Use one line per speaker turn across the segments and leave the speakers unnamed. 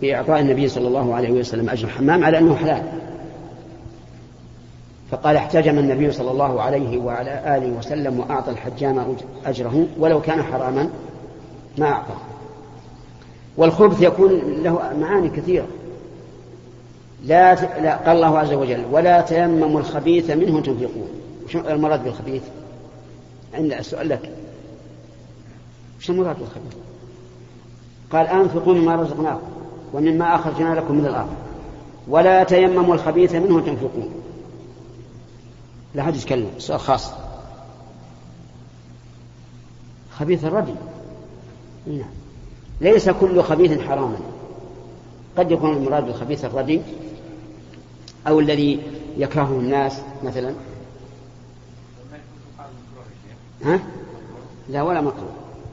بإعطاء النبي صلى الله عليه وسلم أجر الحمام على أنه حلال، فقال احتجم النبي صلى الله عليه وعلى آله وسلم وأعطى الحجام أجره ولو كان حراما ما أعطاه. والخبث يكون له معاني كثيرة. لا قال الله عز وجل ولا تيمموا الخبيث منه تنفقون. شو المراد بالخبيث؟ عند السؤال لك شو المراد بالخبيث؟ قال أنفقوا مما رزقناكم ومما أخرجنا لكم من الأرض ولا تيمموا الخبيث منه تنفقون. لا حد يتكلم، سؤال خاص. خبيث الردي، نعم، ليس كل خبيث حراما، قد يكون المراد بالخبيث الردي أو الذي يكرهه الناس مثلا. ها؟ لا ولا مكروه.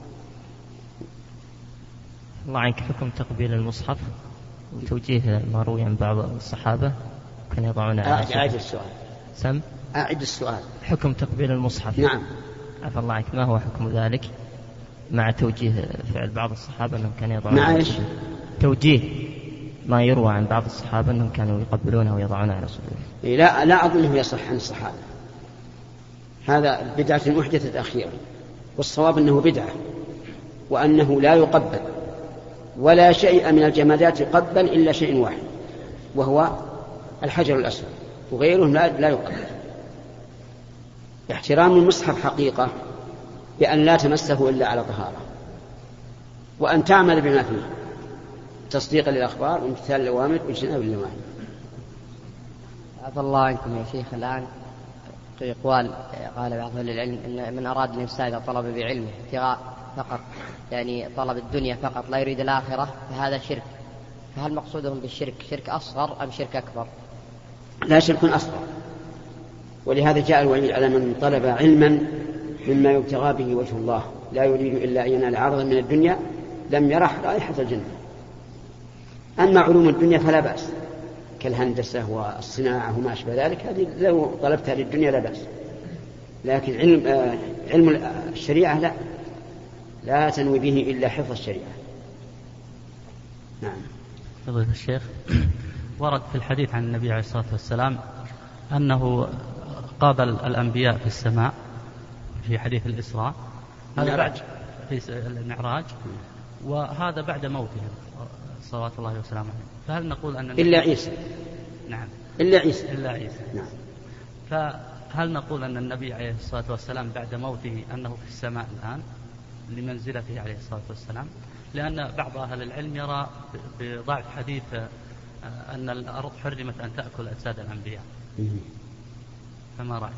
الله عنك، حكم تقبيل المصحف وتوجيه ما روي عن بعض الصحابة كان يضعون
أعد السؤال.
سم؟
أعد السؤال.
حكم تقبيل المصحف.
نعم.
عفى الله عنك، ما هو حكم ذلك مع توجيه فعل بعض الصحابة أنهم كانوا يضعون؟
مع إيش؟
توجيه ما يروى عن بعض الصحابة أنهم كانوا يقبلونه ويضعونه على صدورهم.
لا أظنه يصح عن الصحابة، هذا بدعة محدثة أخيرا، والصواب أنه بدعة وأنه لا يقبل ولا شيء من الجمادات يقبل إلا شيء واحد وهو الحجر الأسود، وغيره لا يقبل. احترام المصحف حقيقة بأن لا تمسه إلا على طهارة، وأن تعمل بما فيه تصديقا للأخبار وامتثال الأوامر واجتناب النواهي.
عفى الله عنكم يا شيخ. الآن قال بعض أهل العلم أن من أراد الإنسان طلب بعلمه ابتغاء فقط، يعني طلب الدنيا فقط لا يريد الآخرة، فهذا شرك. فهل مقصودهم بالشرك شرك أصغر أم شرك أكبر؟
لا، شرك أصغر، ولهذا جاء الوعيد على من طلب علما مما يبتغى به وجه الله لا يريد إلا أن ينال عرضا من الدنيا لم يرح رائحة الجنة. أما علوم الدنيا فلا بأس، كالهندسة والصناعة وما أشبه ذلك، هذه لو طلبتها للدنيا لا بأس، لكن علم الشريعة لا تنوي به إلا حفظ الشريعة. نعم.
فضيلة الشيخ، ورد في الحديث عن النبي عليه الصلاة والسلام أنه قابل الأنبياء في السماء في حديث الإسراء، هذا بعد في المعراج، وهذا بعد موتهم صلوات الله وسلامه عليه. فهل نقول أن
إلا عيسى؟
نعم،
إلا عيسى.
نعم. فهل نقول أن النبي عليه الصلاة والسلام بعد موته أنه في السماء الآن لمنزلته عليه الصلاة والسلام؟ لأن بعض أهل العلم يرى بضعف حديث أن الأرض حرمت أن تأكل أجساد الأنبياء، فما رأيكم؟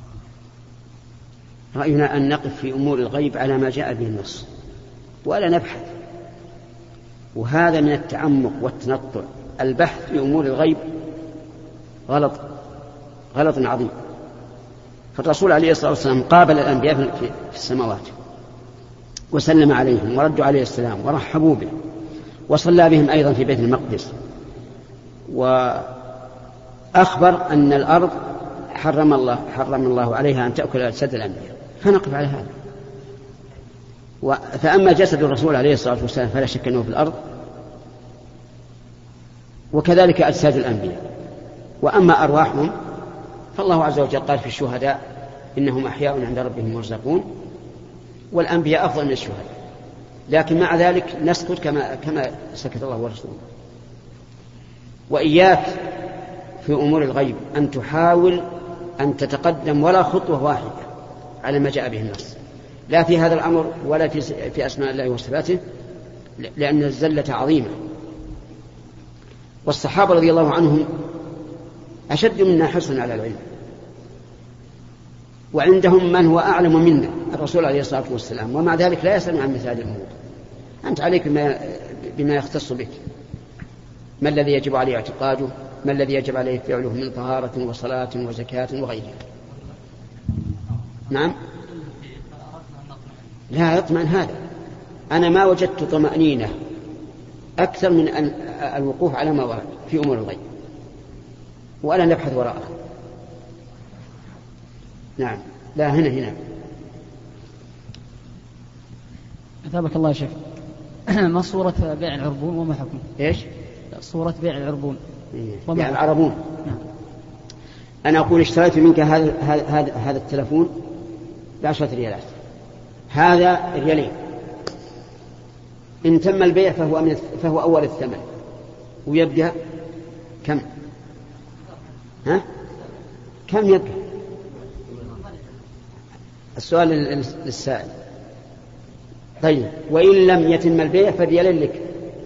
رأينا أن نقف في أمور الغيب على ما جاء به النص ولا نبحث، وهذا من التعمق والتنطع. البحث في أمور الغيب غلط عظيم. فالرسول عليه الصلاة والسلام قابل الأنبياء في السماوات وسلم عليهم وردوا عليه السلام ورحبوا به، وصلى بهم أيضا في بيت المقدس، وأخبر أن الأرض حرم الله عليها أن تأكل أجساد الأنبياء، فنقف على هذا. فأما جسد الرسول عليه الصلاة والسلام فلا شك أنه في الأرض، وكذلك أجساد الأنبياء. وأما أرواحهم فالله عز وجل قال في الشهداء إنهم أحياء عند ربهم يرزقون، والأنبياء أفضل من الشهداء، لكن مع ذلك نسكت كما سكت الله ورسوله. وإياك في أمور الغيب أن تحاول أن تتقدم ولا خطوة واحدة على ما جاء به النص، لا في هذا الأمر ولا في أسماء الله وصفاته، لأن الزلة عظيمة. والصحابة رضي الله عنهم أشد منا حرصا على العلم، وعندهم من هو أعلم منا، الرسول عليه الصلاة والسلام، ومع ذلك لا يسألون عن مثل هذه الأمور. أنت عليك بما يختص بك، ما الذي يجب عليه اعتقاده، ما الذي يجب عليه فعله من طهارة وصلاة وزكاة وغيرها. نعم. لا يطمئن هذا. أنا ما وجدت طمأنينة أكثر من الوقوف على ما ورد في أمور الغيب وألا نبحث وراءها. نعم. لا، هنا
أثابك الله يا شيخ. ما صورة بيع العربون وما حكمه؟
إيش؟
صورة بيع العربون.
بيع العربون. أنا أقول اشتريت منك هذا التلفون ب10 ريالات، هذا ريالين، إن تم البيع فهو أول الثمن، ويبقى كم؟ كم يبقى؟ السؤال للسائل. طيب وإن لم يتم البيع فبيلين لك،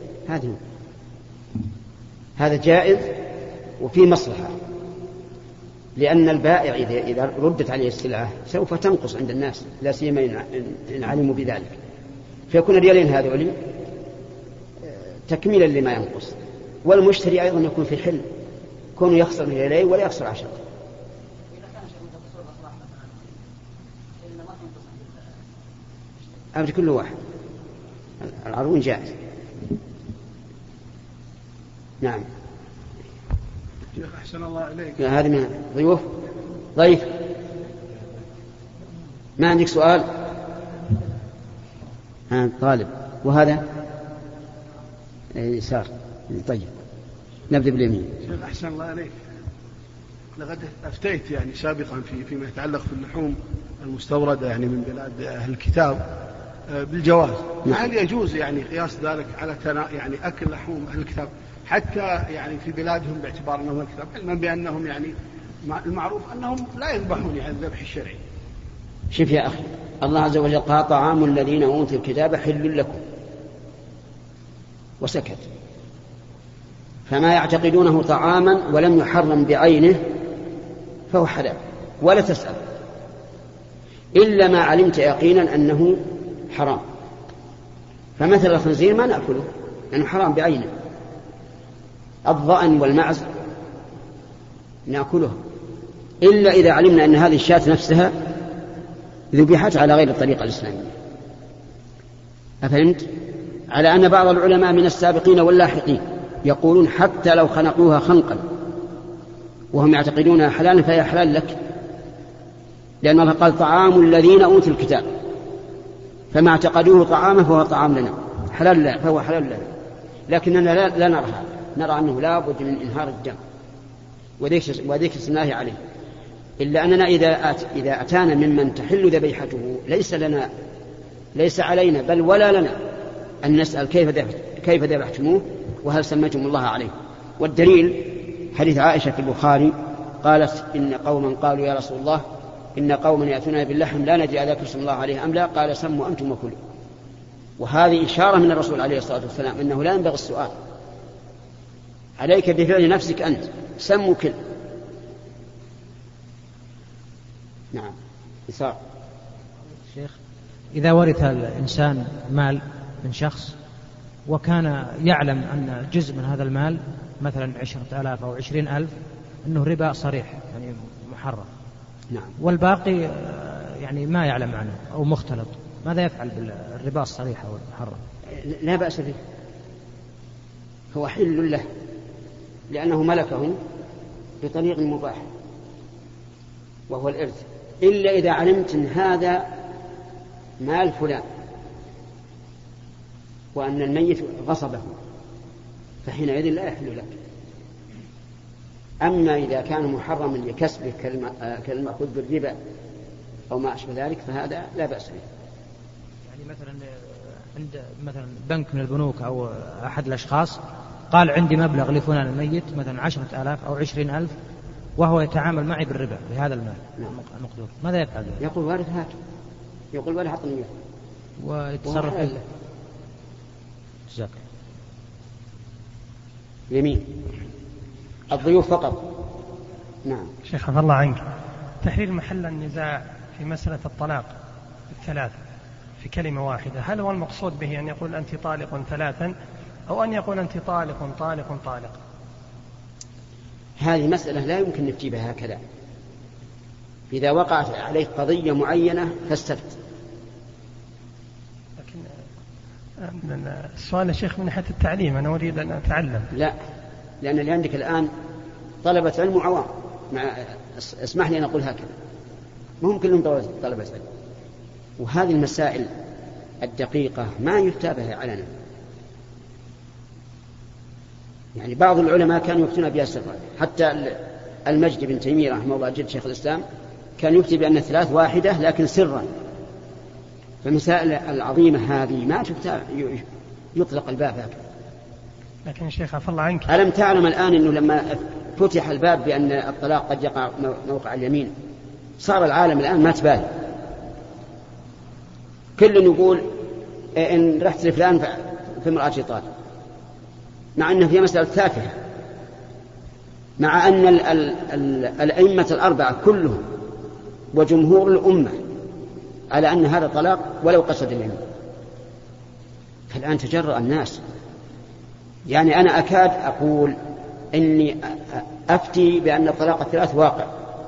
هذا جائز وفي مصلحة، لأن البائع إذا ردت عليه السلعة سوف تنقص عند الناس، لا سيما إن علموا بذلك، فيكون الريالين هذول تكميلا لما ينقص، والمشتري أيضا يكون في حل، كونه يخسر ريالين ولا يخسر 10. أمر كل واحد، العربون جائز. نعم.
شيخ أحسن الله إليك.
هذه من ضيوف ضيف، ما عندك سؤال؟ طالب. وهذا يسار. طيب نبدأ باليمين.
شيخ أحسن الله إليك، لقد أفتيت يعني سابقا فيما يتعلق في اللحوم المستوردة يعني من بلاد أهل الكتاب بالجواز. هل يجوز يعني قياس ذلك على يعني أكل لحوم أهل الكتاب حتى يعني في بلادهم باعتبار أنهم أهل الكتاب، علما بأنهم يعني المعروف أنهم لا يذبحون يعني الذبح الشرعي؟
شوف يا أخي، الله عز وجل قال طعام الذين أوتوا الكتاب حل لكم، وسكت، فما يعتقدونه طعاما ولم يحرم بعينه فهو حلال، ولا تسأل إلا ما علمت يقينا أنه حرام. فمثل الخنزير ما نأكله لأنه حرام بعينه، الضأن والمعز نأكله إلا إذا علمنا أن هذه الشاة نفسها ذبحت على غير الطريقة الإسلامية. أفهمت؟ على أن بعض العلماء من السابقين واللاحقين يقولون حتى لو خنقوها خنقا وهم يعتقدونها حلالا فهي حلال لك، لأن الله قال طعام الذين أوتوا الكتاب، فما اعتقدوه طعاما فهو طعام لنا، حلال لا فهو حلال لنا، لكننا لا نرها، نرى أنه لا بد من إنهار الدم وذيك السناه عليه. إلا أننا إذا أتانا ممن تحل ذبيحته ليس علينا بل ولا لنا أن نسأل كيف ذبحتموه وهل سميتم الله عليه. والدليل حديث عائشة في البخاري قالت إن قوما قالوا يا رسول الله إن قوما يأتون باللحم لا ندري أذكر اسم الله عليه أم لا، قال سموا أنتم وكلوا. وهذه إشارة من الرسول عليه الصلاة والسلام أنه لا ينبغي السؤال، عليك بفعل نفسك أنت، سموا كل. نعم. إثار.
شيخ، إذا ورث الإنسان مال من شخص وكان يعلم أن جزء من هذا المال مثلا 10,000 أو 20,000 أنه ربا صريح يعني محرم،
نعم،
والباقي يعني ما يعلم عنه أو مختلط، ماذا يفعل بالربا الصريح أو المحرم؟
لا بأس به، هو حل له لأنه ملكه بطريق مباح وهو الإرث، إلا إذا علمت أن هذا مال فلان وأن الميت غصبه فحينئذ لا يحل لك. أما إذا كان محرما لكسبه كالمأخوذ بالربا أو ما أشبه ذلك فهذا لا بأس به.
يعني مثلا عند مثلا بنك من البنوك أو أحد الأشخاص قال عندي مبلغ لفلان الميت مثلا 10,000 أو 20,000 وهو يتعامل معي بالربا بهذا المال المقدور، ماذا يفعل؟
يقول وارث هات، يقول وارث حط المياه
ويتصرف فيه. جزاك
يمين الضيوف فقط. نعم.
شيخ عفى الله عنك، تحرير محل النزاع في مسألة الطلاق الثلاث في كلمة واحدة، هل هو المقصود به أن يقول أنت طالق 3 أو أن يقول أنت طالق طالق طالق؟
هذه مسألة لا يمكن نجيبها هكذا، إذا وقعت عليك قضية معينة فاستفت.
لكن السؤال يا شيخ من ناحية التعليم، أنا أريد أن أتعلم.
لا، لأن اللي عندك الآن طلبة علم وعوام، اسمح لي أن أقول هكذا، مهم كلهم طلبة علم، وهذه المسائل الدقيقة ما يفتى بها علنا، يعني بعض العلماء كانوا يفتون بها سرا، حتى المجد بن تيمية رحمه الله جد شيخ الإسلام كان يكتب بأن 3 واحدة لكن سرا. فالمسائل العظيمة هذه ما يطلق الباب هكذا.
لكن شيخ عفى الله عنك،
ألم تعلم الآن أنه لما فتح الباب بأن الطلاق قد يقع موقع اليمين صار العالم الآن ما تبالي، كل يقول إن رحت لفلان في امرأتي طالق، مع أنه في مسألة تافهة، مع أن الأئمة الأربعة كلهم وجمهور الأمة على أن هذا طلاق ولو قصد اليمين. فالآن تجرأ الناس، يعني أنا أكاد أقول إني أفتي بأن الطلاق الثلاث واقع،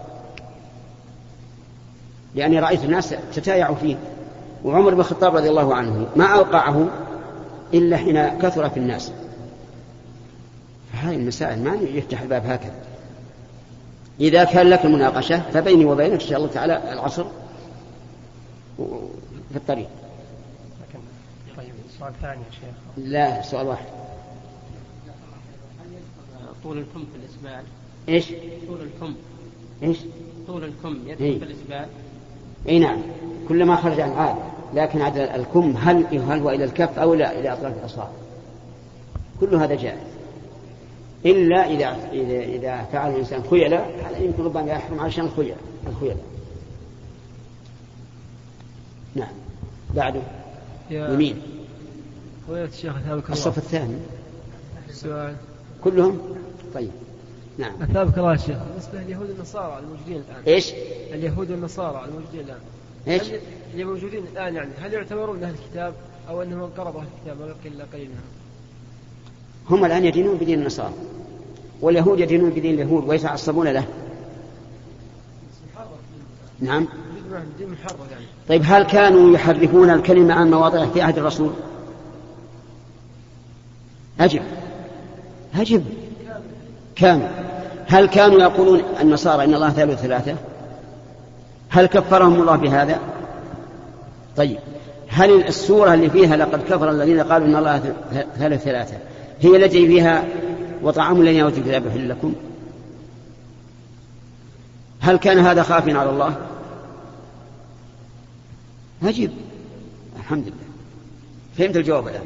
لأني رأيت الناس تتايعوا فيه، وعمر بن الخطاب رضي الله عنه ما أوقعه إلا حين كثر في الناس. فهذه المسائل ما يفتح الباب هكذا. إذا كان لك المناقشة فبيني وبينك إن شاء الله تعالى العصر في الطريق.
طيب سؤال ثاني يا شيخ.
لا، سؤال واحد.
طول الكم في الإسبال.
إيش؟
طول الكم.
إيش؟
طول الكم يدخل في الإسبال.
أي نعم، كلما خرج عن عادة، لكن عدد الكم هل هو إلى الكف أو لا إلى أطراف الأصابع، كل هذا جائز، إلا إذا فعل الإنسان خيلة، هذا يمكن ربما يحرم عشان الخيلة. نعم. بعده يمين
الشيخ أثابك
الصف الثاني.
السؤال
كلهم طيب. نعم.
أثابك الله الشيخ. بالنسبة لليهود والنصارى الموجودين الآن.
إيش؟
اليهود والنصارى الموجودين الآن.
إيش؟
اللي موجودين الآن يعني هل يعتبرون أهل الكتاب أو أنهم قربوا أهل الكتاب ولا إلا قليل منهم؟
هم الآن يدينون بدين النصارى، واليهود يدينون بدين اليهود ويتعصبون له.
يعني.
نعم. طيب هل كانوا يحرفون الكلمة عن مواضعه في عهد الرسول؟ أجب كانوا. هل كانوا يقولون النصارى إن الله ثالث ثلاثة؟ هل كفرهم الله بهذا؟ طيب هل السورة اللي فيها لقد كفر الذين قالوا إن الله ثالث ثلاثة هي التي فيها وطعام الذين أوتوا الكتاب يحل لكم؟ هل كان هذا خافيا على الله؟ أجب. الحمد لله فهمت الجواب الآن.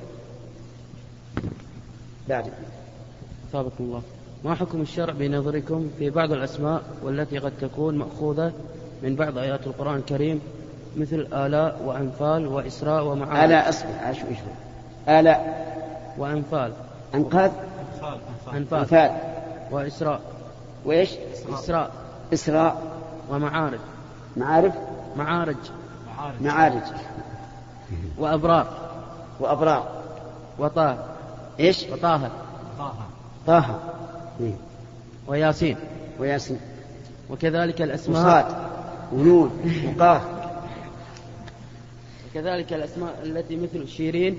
بعد
ثابت الله، ما حكم الشرع بنظركم في بعض الأسماء والتي قد تكون مأخوذة من بعض آيات القرآن الكريم مثل آلاء وأنفال وإسراء ومعارج؟
آلاء أصبح آلاء
وأنفال
أنقاذ
أنفال وإسراء
وإيش؟ إسراء
ومعارج
معارج
وأبرار وطه
إيش؟ طه
وياسين وكذلك الأسماء
وصاد ونون وقاف.
وكذلك الأسماء التي مثل شيرين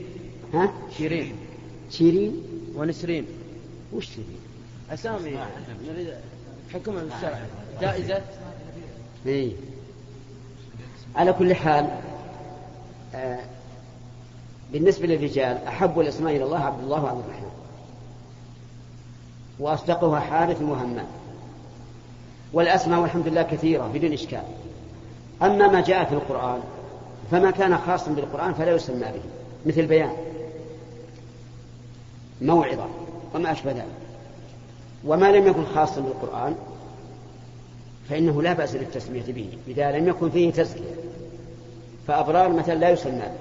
ونسرين.
وش شيرين؟
أسامي نريد حكم الشرع جائزة.
على كل حال بالنسبة للرجال أحب الأسماء إلى الله عبد الله وعبد الرحمن، وأصدقها حارث وهمام. والأسماء والحمد لله كثيرة بدون إشكال. أما ما جاء في القرآن فما كان خاصا بالقرآن فلا يسمى به، مثل بيان، موعظة وما أشبه ذلك. وما لم يكن خاصا بالقرآن فإنه لا بأس للتسمية به إذا لم يكن فيه تزكية. فأبرار مثلا لا يسمى به،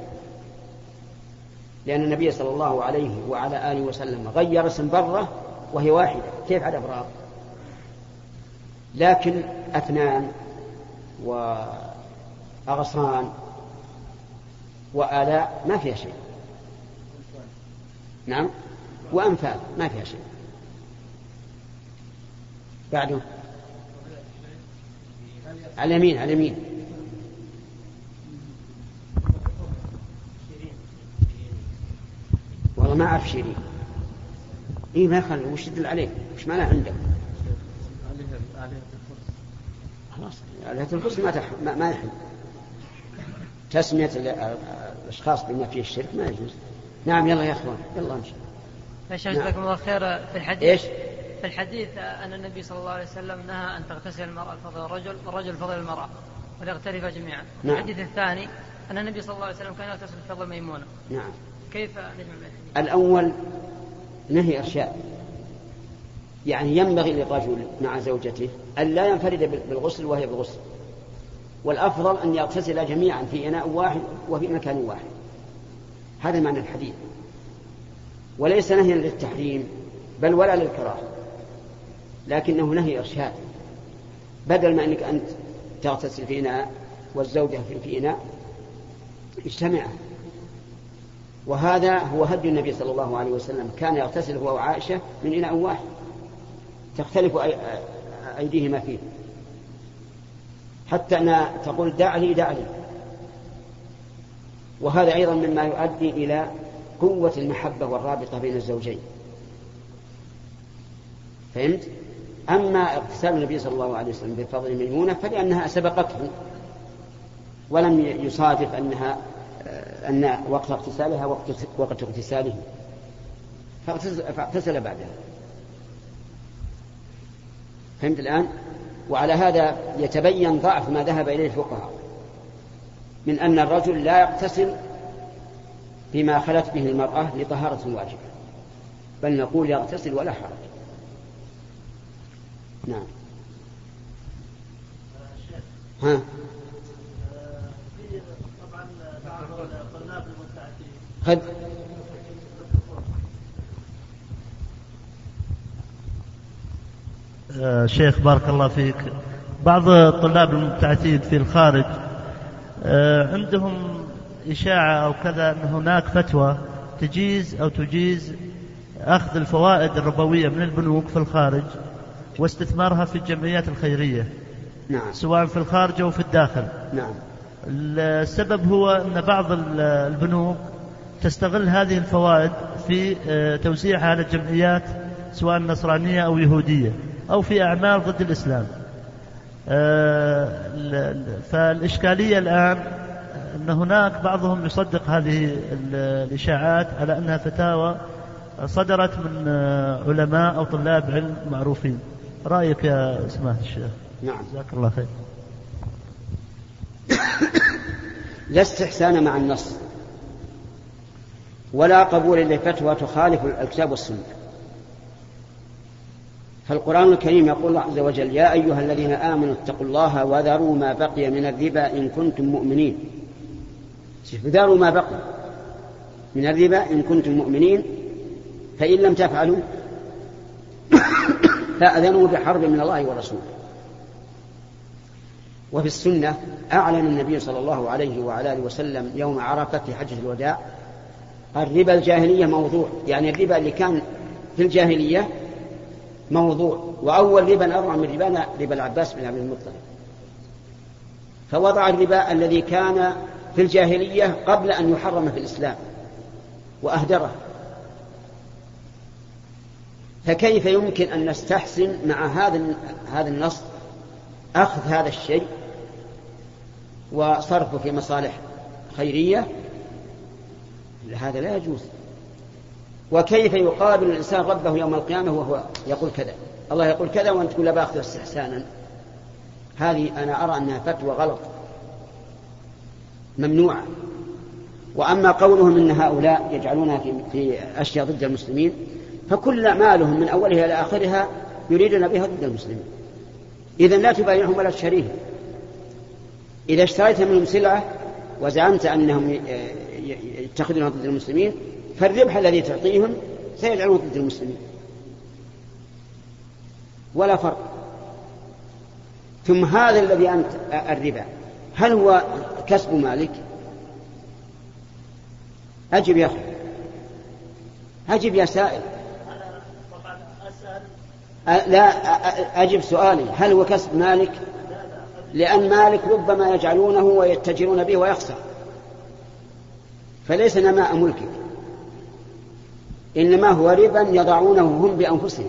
لأن النبي صلى الله عليه وعلى آله وسلم غير اسم برة وهي واحدة، كيف على أبرار؟ لكن أثنان وأغصان وآلاء ما فيها شيء. نعم. وأنفال ما فيها شيء. بعده على اليمين والله ما أعرف شيرين. إيه ما يخلي وش تدل عليه؟ وش معناه عندك؟ خلاص آلهة الكرسي ما يحل. تسمية الأشخاص بما فيه الشرك ما يجوز. نعم. يلا يا أخوان يلا إن شاء الله.
يا شيخ جزاكم الله خير. في الحديث
إيش؟
في الحديث أن النبي صلى الله عليه وسلم نهى أن تغتسل المرأة فضل الرجل والرجل فضل المرأة وليغترفا جميعا.
نعم.
الحديث الثاني أن النبي صلى الله عليه وسلم كان يغتسل فضل ميمونة.
نعم.
كيف نجمع بين الحديث؟
الأول نهي إرشاد، يعني ينبغي للرجل مع زوجته أن لا ينفرد بالغسل وهي بالغسل، والأفضل أن يغتسل جميعا في إناء واحد وفي مكان واحد. هذا معنى الحديث، وليس نهيا للتحريم بل ولا للكراهة، لكنه نهي إرشاد. بدل ما أنك أنت تغتسل في إناء والزوجة في إناء اجتمع. وهذا هو هدي النبي صلى الله عليه وسلم، كان يغتسل هو وعائشة من إناء واحد تختلف أيديهما فيه، حتى أنها تقول دع لي دع لي. وهذا أيضا مما يؤدي إلى قوة المحبة والرابطة بين الزوجين. فهمت؟ أما اغتسال النبي صلى الله عليه وسلم بفضل ميمونة فلأنها سبقته ولم يصادف أن وقت اغتسالها وقت اغتساله، فاغتسل بعدها. فهمت الآن؟ وعلى هذا يتبين ضعف ما ذهب إليه الفقهاء من أن الرجل لا يغتسل بما خلت به المرأة لطهارة واجبة، بل نقول يغتسل ولا حرج. نعم. ها.
طبعا بعض الطلاب
خد.
شيخ بارك الله فيك، بعض الطلاب المبتعثين في الخارج عندهم إشاعة أو كذا أن هناك فتوى تجيز أخذ الفوائد الربوية من البنوك في الخارج واستثمارها في الجمعيات الخيرية.
نعم.
سواء في الخارج أو في الداخل.
نعم.
السبب هو أن بعض البنوك تستغل هذه الفوائد في توزيعها على الجمعيات سواء نصرانية أو يهودية أو في أعمال ضد الإسلام. فالإشكالية الآن أن هناك بعضهم يصدق هذه الإشاعات على أنها فتاوى صدرت من علماء أو طلاب علم معروفين. رأيك يا سماحة الشيخ؟
نعم.
جزاك الله خير.
لا استحسان مع النص ولا قبول لفتوى تخالف الكتاب والسنة. فالقرآن الكريم يقول الله عز وجل: يا أيها الذين آمنوا اتقوا الله وذروا ما بقي من الربا إن كنتم مؤمنين. ذروا ما بقي من الربا إن كنتم مؤمنين، فإن لم تفعلوا فأذنوا بحرب من الله ورسوله. وفي السنة أعلن النبي صلى الله عليه وعلى آله وسلم يوم عرفة في حجة الوداع: الربا الجاهلية موضوع، يعني الربا اللي كان في الجاهلية موضوع، وأول ربا أضع من ربا العباس بن عبد المطلب. فوضع الربا الذي كان في الجاهلية قبل أن يحرم في الإسلام وأهدره. فكيف يمكن أن نستحسن مع هذا النص أخذ هذا الشيء وصرفه في مصالح خيرية؟ هذا لا يجوز. وكيف يقابل الإنسان ربه يوم القيامة وهو يقول كذا، الله يقول كذا وأنت تقول لا بأخذ استحسانا؟ هذه أنا أرى أنها فتوى غلط ممنوعة. وأما قولهم إن هؤلاء يجعلونها في أشياء ضد المسلمين، فكل مالهم من أولها إلى آخرها يريدون بها ضد المسلمين. إذن لا تبايعهم ولا تشتريهم. إذا اشتريت منهم سلعة وزعمت أنهم يتخذونها ضد المسلمين، فالربح الذي تعطيهم سيجعلون ضد المسلمين، ولا فرق. ثم هذا الذي أنت الربا هل هو كسب مالك؟ أجب يا أخي، أجب يا سائل. لا أجب سؤالي: هل هو كسب مالك؟ لأن مالك ربما يجعلونه ويتجرون به ويخسر، فليس نماء ملكك، إنما هو ربا يضعونه هم بأنفسهم.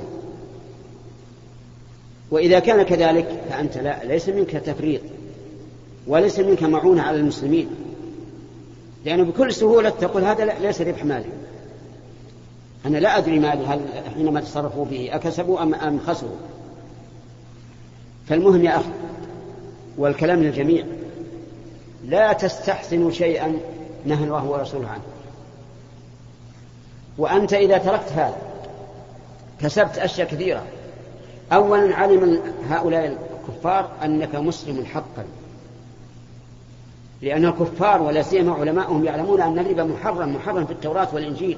وإذا كان كذلك فأنت ليس منك تفريط وليس منك معونة على المسلمين، لأنه بكل سهولة تقول هذا ليس ربح مالي. أنا لا أدري مالي هل حينما تصرفوا به أكسبوا أم خسروا. فالمهم يا أخي، والكلام للجميع، لا تستحسنوا شيئا نهى الله ورسوله عنه. وأنت إذا تركت هذا كسبت أشياء كثيرة. أولا علم هؤلاء الكفار أنك مسلم حقا، لأن الكفار ولا سيما علماءهم يعلمون أن الربا محرم في التوراة والإنجيل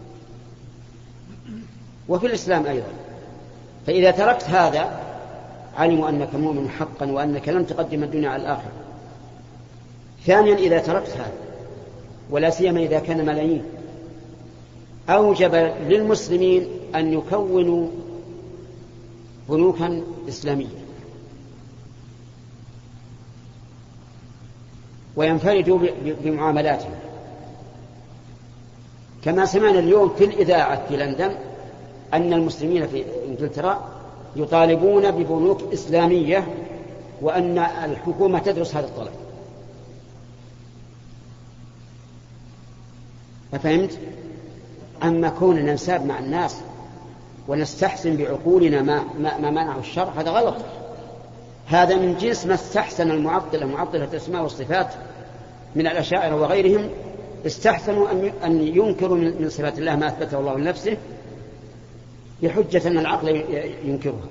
وفي الإسلام أيضا. فإذا تركت هذا علموا أنك مؤمن حقا وأنك لن تقدم الدنيا على الآخرة. ثانيا إذا تركت هذا ولا سيما إذا كان ملايين، أوجب للمسلمين أن يكونوا بنوكا إسلامية وينفردوا بمعاملاتهم. كما سمعنا اليوم في الإذاعة في لندن أن المسلمين في إنجلترا يطالبون ببنوك إسلامية وأن الحكومة تدرس هذا الطلب. ففهمت؟ أما كوننا نساب مع الناس ونستحسن بعقولنا ما منعه الشرع هذا غلط. هذا من جنس ما استحسن معطلة الأسماء والصفات من الأشاعرة وغيرهم، استحسنوا أن ينكروا من صفات الله ما أثبته الله لنفسه بحجة أن العقل ينكرها.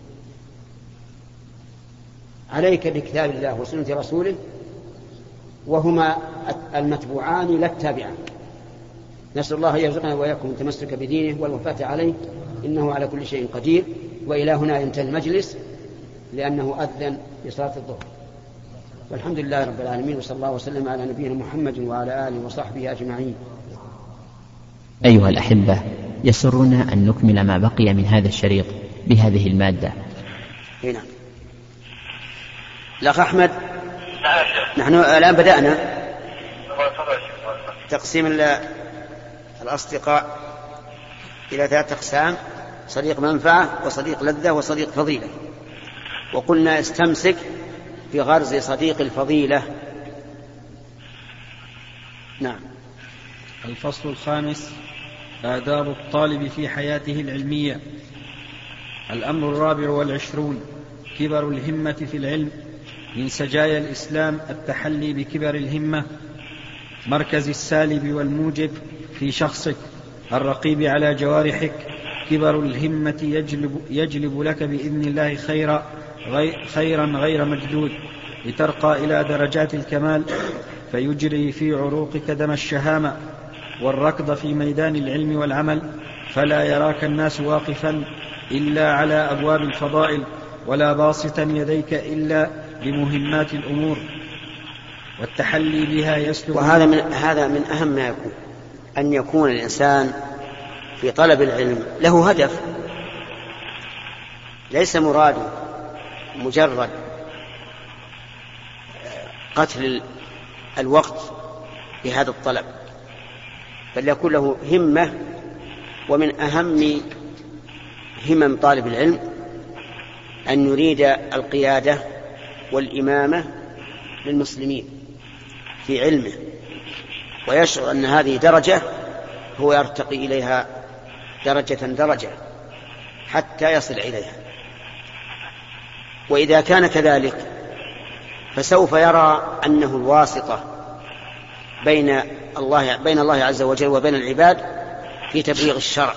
عليك بكتاب الله وسنة رسوله، وهما المتبوعان لا التابعان. نسأل الله أن يرزقنا وإياكم التمسك بدينه والوفاة عليه، إنه على كل شيء قدير. وإلى هنا ينتهي المجلس لأنه أذن لصلاة الظهر. والحمد لله رب العالمين، وصلى الله وسلم على نبينا محمد وعلى آله وصحبه أجمعين.
أيها الأحبة، يسرنا أن نكمل ما بقي من هذا الشريط بهذه المادة.
هنا الأخ أحمد، نحن الآن بدأنا تقسيم الأصدقاء إلى 3 أقسام: صديق منفعة وصديق لذة وصديق فضيلة. وقلنا استمسك بغرز صديق الفضيلة. نعم.
الفصل الخامس: آداب الطالب في حياته العلمية. الأمر 24: كبر الهمة في العلم. من سجايا الإسلام التحلي بكبر الهمة، مركز السالب والموجب في شخصك الرقيب على جوارحك. كبر الهمة يجلب لك بإذن الله خيرا غير مجدود، لترقى إلى درجات الكمال، فيجري في عروقك دم الشهامة والركض في ميدان العلم والعمل، فلا يراك الناس واقفا إلا على أبواب الفضائل، ولا باسطا يديك إلا بمهمات الأمور، والتحلي بها يسلب.
وهذا من أهم ما يكون، أن يكون الإنسان في طلب العلم له هدف، ليس مراده مجرد قتل الوقت بهذا الطلب، بل يكون له همة. ومن أهم همم طالب العلم أن يريد القيادة والإمامة للمسلمين في علمه، ويشعر أن هذه درجة هو يرتقي إليها درجة حتى يصل إليها. وإذا كان كذلك فسوف يرى أنه الواسطة بين الله عز وجل وبين العباد في تبليغ الشرع.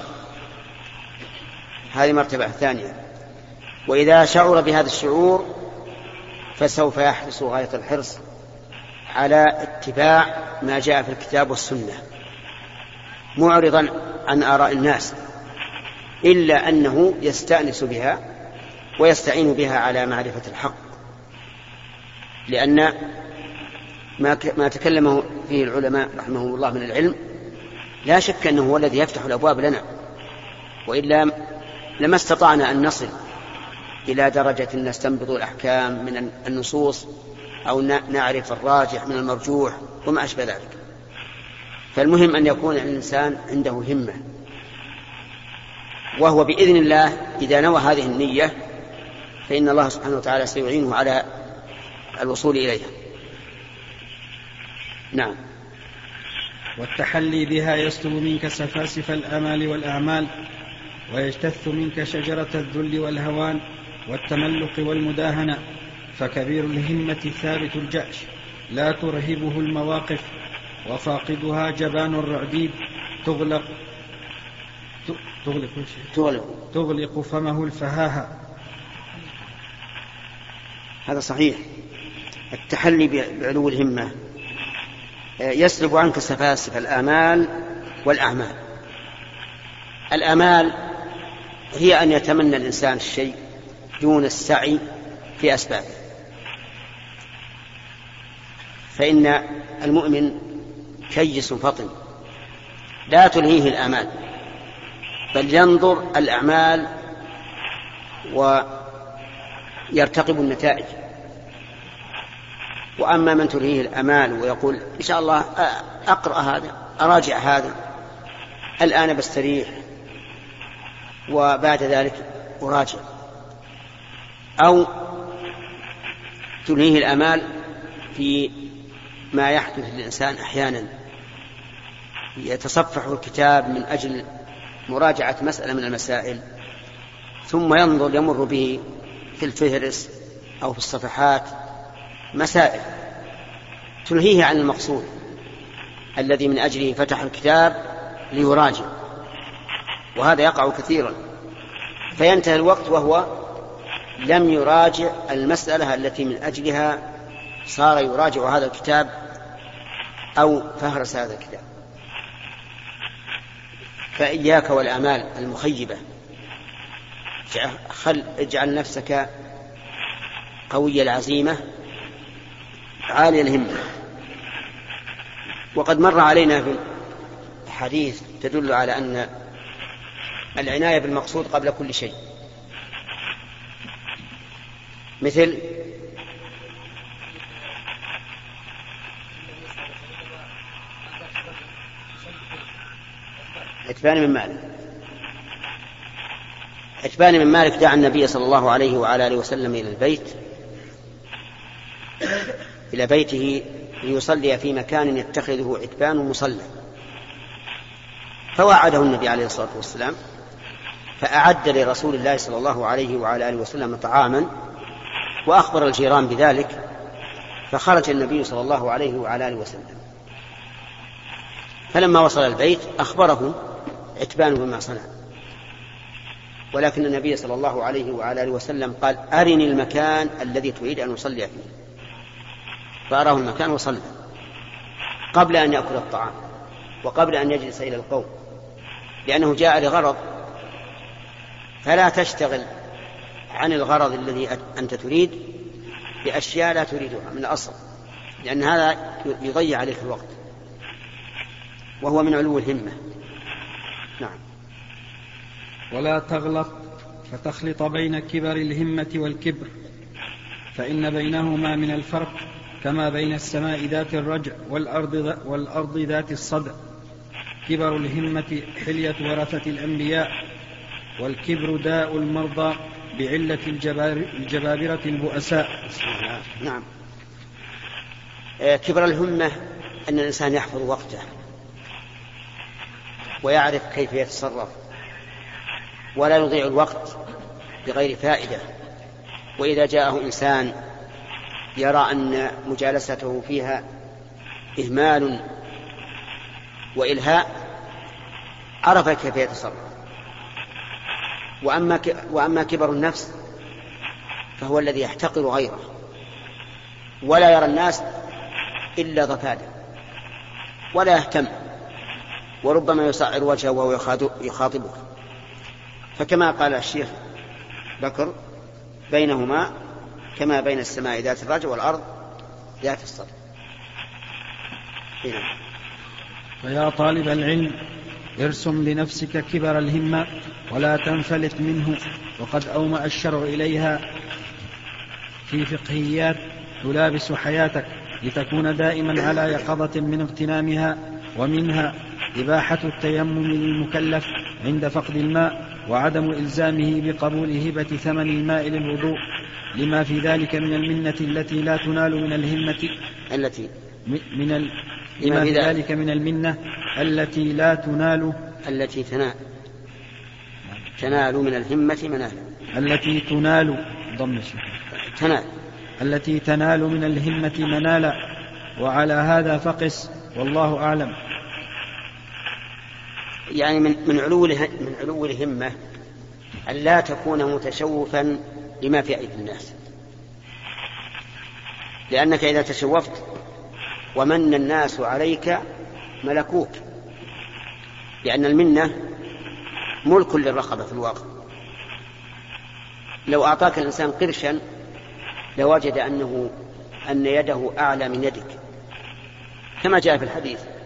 هذه مرتبة ثانية. وإذا شعر بهذا الشعور فسوف يحرص غاية الحرص على اتباع ما جاء في الكتاب والسنة، معرضا عن آراء الناس، إلا أنه يستأنس بها ويستعين بها على معرفة الحق، لأن ما تكلمه فيه العلماء رحمهم الله من العلم لا شك أنه هو الذي يفتح الأبواب لنا، وإلا لما استطعنا أن نصل إلى درجة نستنبط الأحكام من النصوص أو نعرف الراجح من المرجوح وما أشبه ذلك. فالمهم أن يكون الإنسان عنده همة، وهو بإذن الله إذا نوى هذه النية فإن الله سبحانه وتعالى سيعينه على الوصول إليها. نعم.
والتحلي بها يسلب منك سفاسف الآمال والأعمال، ويجتث منك شجرة الذل والهوان والتملق والمداهنة. فكبير الهمة ثابت الجأش لا ترهبه المواقف، وفاقدها جبان الرعديد تغلق فمه الفهاهة.
هذا صحيح. التحلي بعلو الهمة يسلب عنك سفاسف الآمال والأعمال. الآمال هي أن يتمنى الإنسان الشيء دون السعي في أسبابه، فإن المؤمن كيس فطن لا تلهيه الآمال، بل ينظر الأعمال ويرتقب النتائج. وأما من تلهيه الآمال ويقول إن شاء الله أقرأ هذا أراجع هذا الآن بستريح وبعد ذلك أراجع، أو تلهيه الآمال في ما يحدث للإنسان أحيانا يتصفح الكتاب من أجل مراجعة مسألة من المسائل، ثم يمر به في الفهرس أو في الصفحات مسائل تلهيه عن المقصود الذي من أجله فتح الكتاب ليراجع، وهذا يقع كثيرا، فينتهي الوقت وهو لم يراجع المسألة التي من أجلها صار يراجع هذا الكتاب أو فهرس هذا الكتاب. فإياك والآمال المخيبة، اجعل نفسك قوي العزيمة عالي الهمة. وقد مر علينا في حديث تدل على أن العناية بالمقصود قبل كل شيء، مثل عتبان بن مالك دعا النبي صلى الله عليه وعلى آله وسلم إلى بيته ليصلي في مكان يتخذه عتبان مصلى، فوعده النبي عليه الصلاة والسلام، فأعد لرسول الله صلى الله عليه وعلى آله وسلم طعاما وأخبر الجيران بذلك، فخرج النبي صلى الله عليه وعلى آله وسلم، فلما وصل البيت أخبره عتبان بما صنع، ولكن النبي صلى الله عليه وعلى آله وسلم قال أرني المكان الذي تريد أن أصلي فيه، فأراه المكان وصلى قبل أن يأكل الطعام وقبل أن يجلس إلى القوم، لأنه جاء لغرض، فلا تشتغل عن الغرض الذي أنت تريد بأشياء لا تريدها من الأصل، لأن هذا يضيع عليك الوقت، وهو من علو الهمة. نعم.
ولا تغلط فتخلط بين كبر الهمة والكبر، فإن بينهما من الفرق كما بين السماء ذات الرجع والأرض ذات الصدع. كبر الهمة حلية ورثة الأنبياء، والكبر داء المرضى بعلة الجبابرة البؤساء.
نعم. كبر الهمة أن الإنسان يحفظ وقته ويعرف كيف يتصرف ولا يضيع الوقت بغير فائدة. وإذا جاءه إنسان يرى أن مجالسته فيها إهمال وإلهاء عرف كيف يتصرف. وأما كبر النفس فهو الذي يحتقر غيره ولا يرى الناس إلا ضفادا ولا يهتم، وربما يصعر وجهه وهو يخاطبه. فكما قال الشيخ بكر بينهما كما بين السماء ذات الرجع والأرض ذات الصدع.
فيا طالب العلم ارسم لنفسك كبر الهمة ولا تنفلت منه، وقد أومأ الشرع إليها في فقهيات تلابس حياتك لتكون دائما على يقظة من اغتنامها، ومنها إباحة التيمم للمكلف عند فقد الماء، وعدم إلزامه بقبول هبة ثمن الماء للوضوء، لما في ذلك من المنة التي لا تنال من الهمة لما في ذلك من المنة التي لا تنال
تنال من الهمة منالا
التي تنال من الهمة منالا. وعلى هذا فقس والله أعلم.
يعني من علو الهمة أن لا تكون متشوفا لما في أيدي الناس، لأنك إذا تشوفت ومن الناس عليك ملكوك، لأن المنة ملك للرقبة في الواقع. لو أعطاك الإنسان قرشا لوجد أن يده أعلى من يدك كما جاء في الحديث.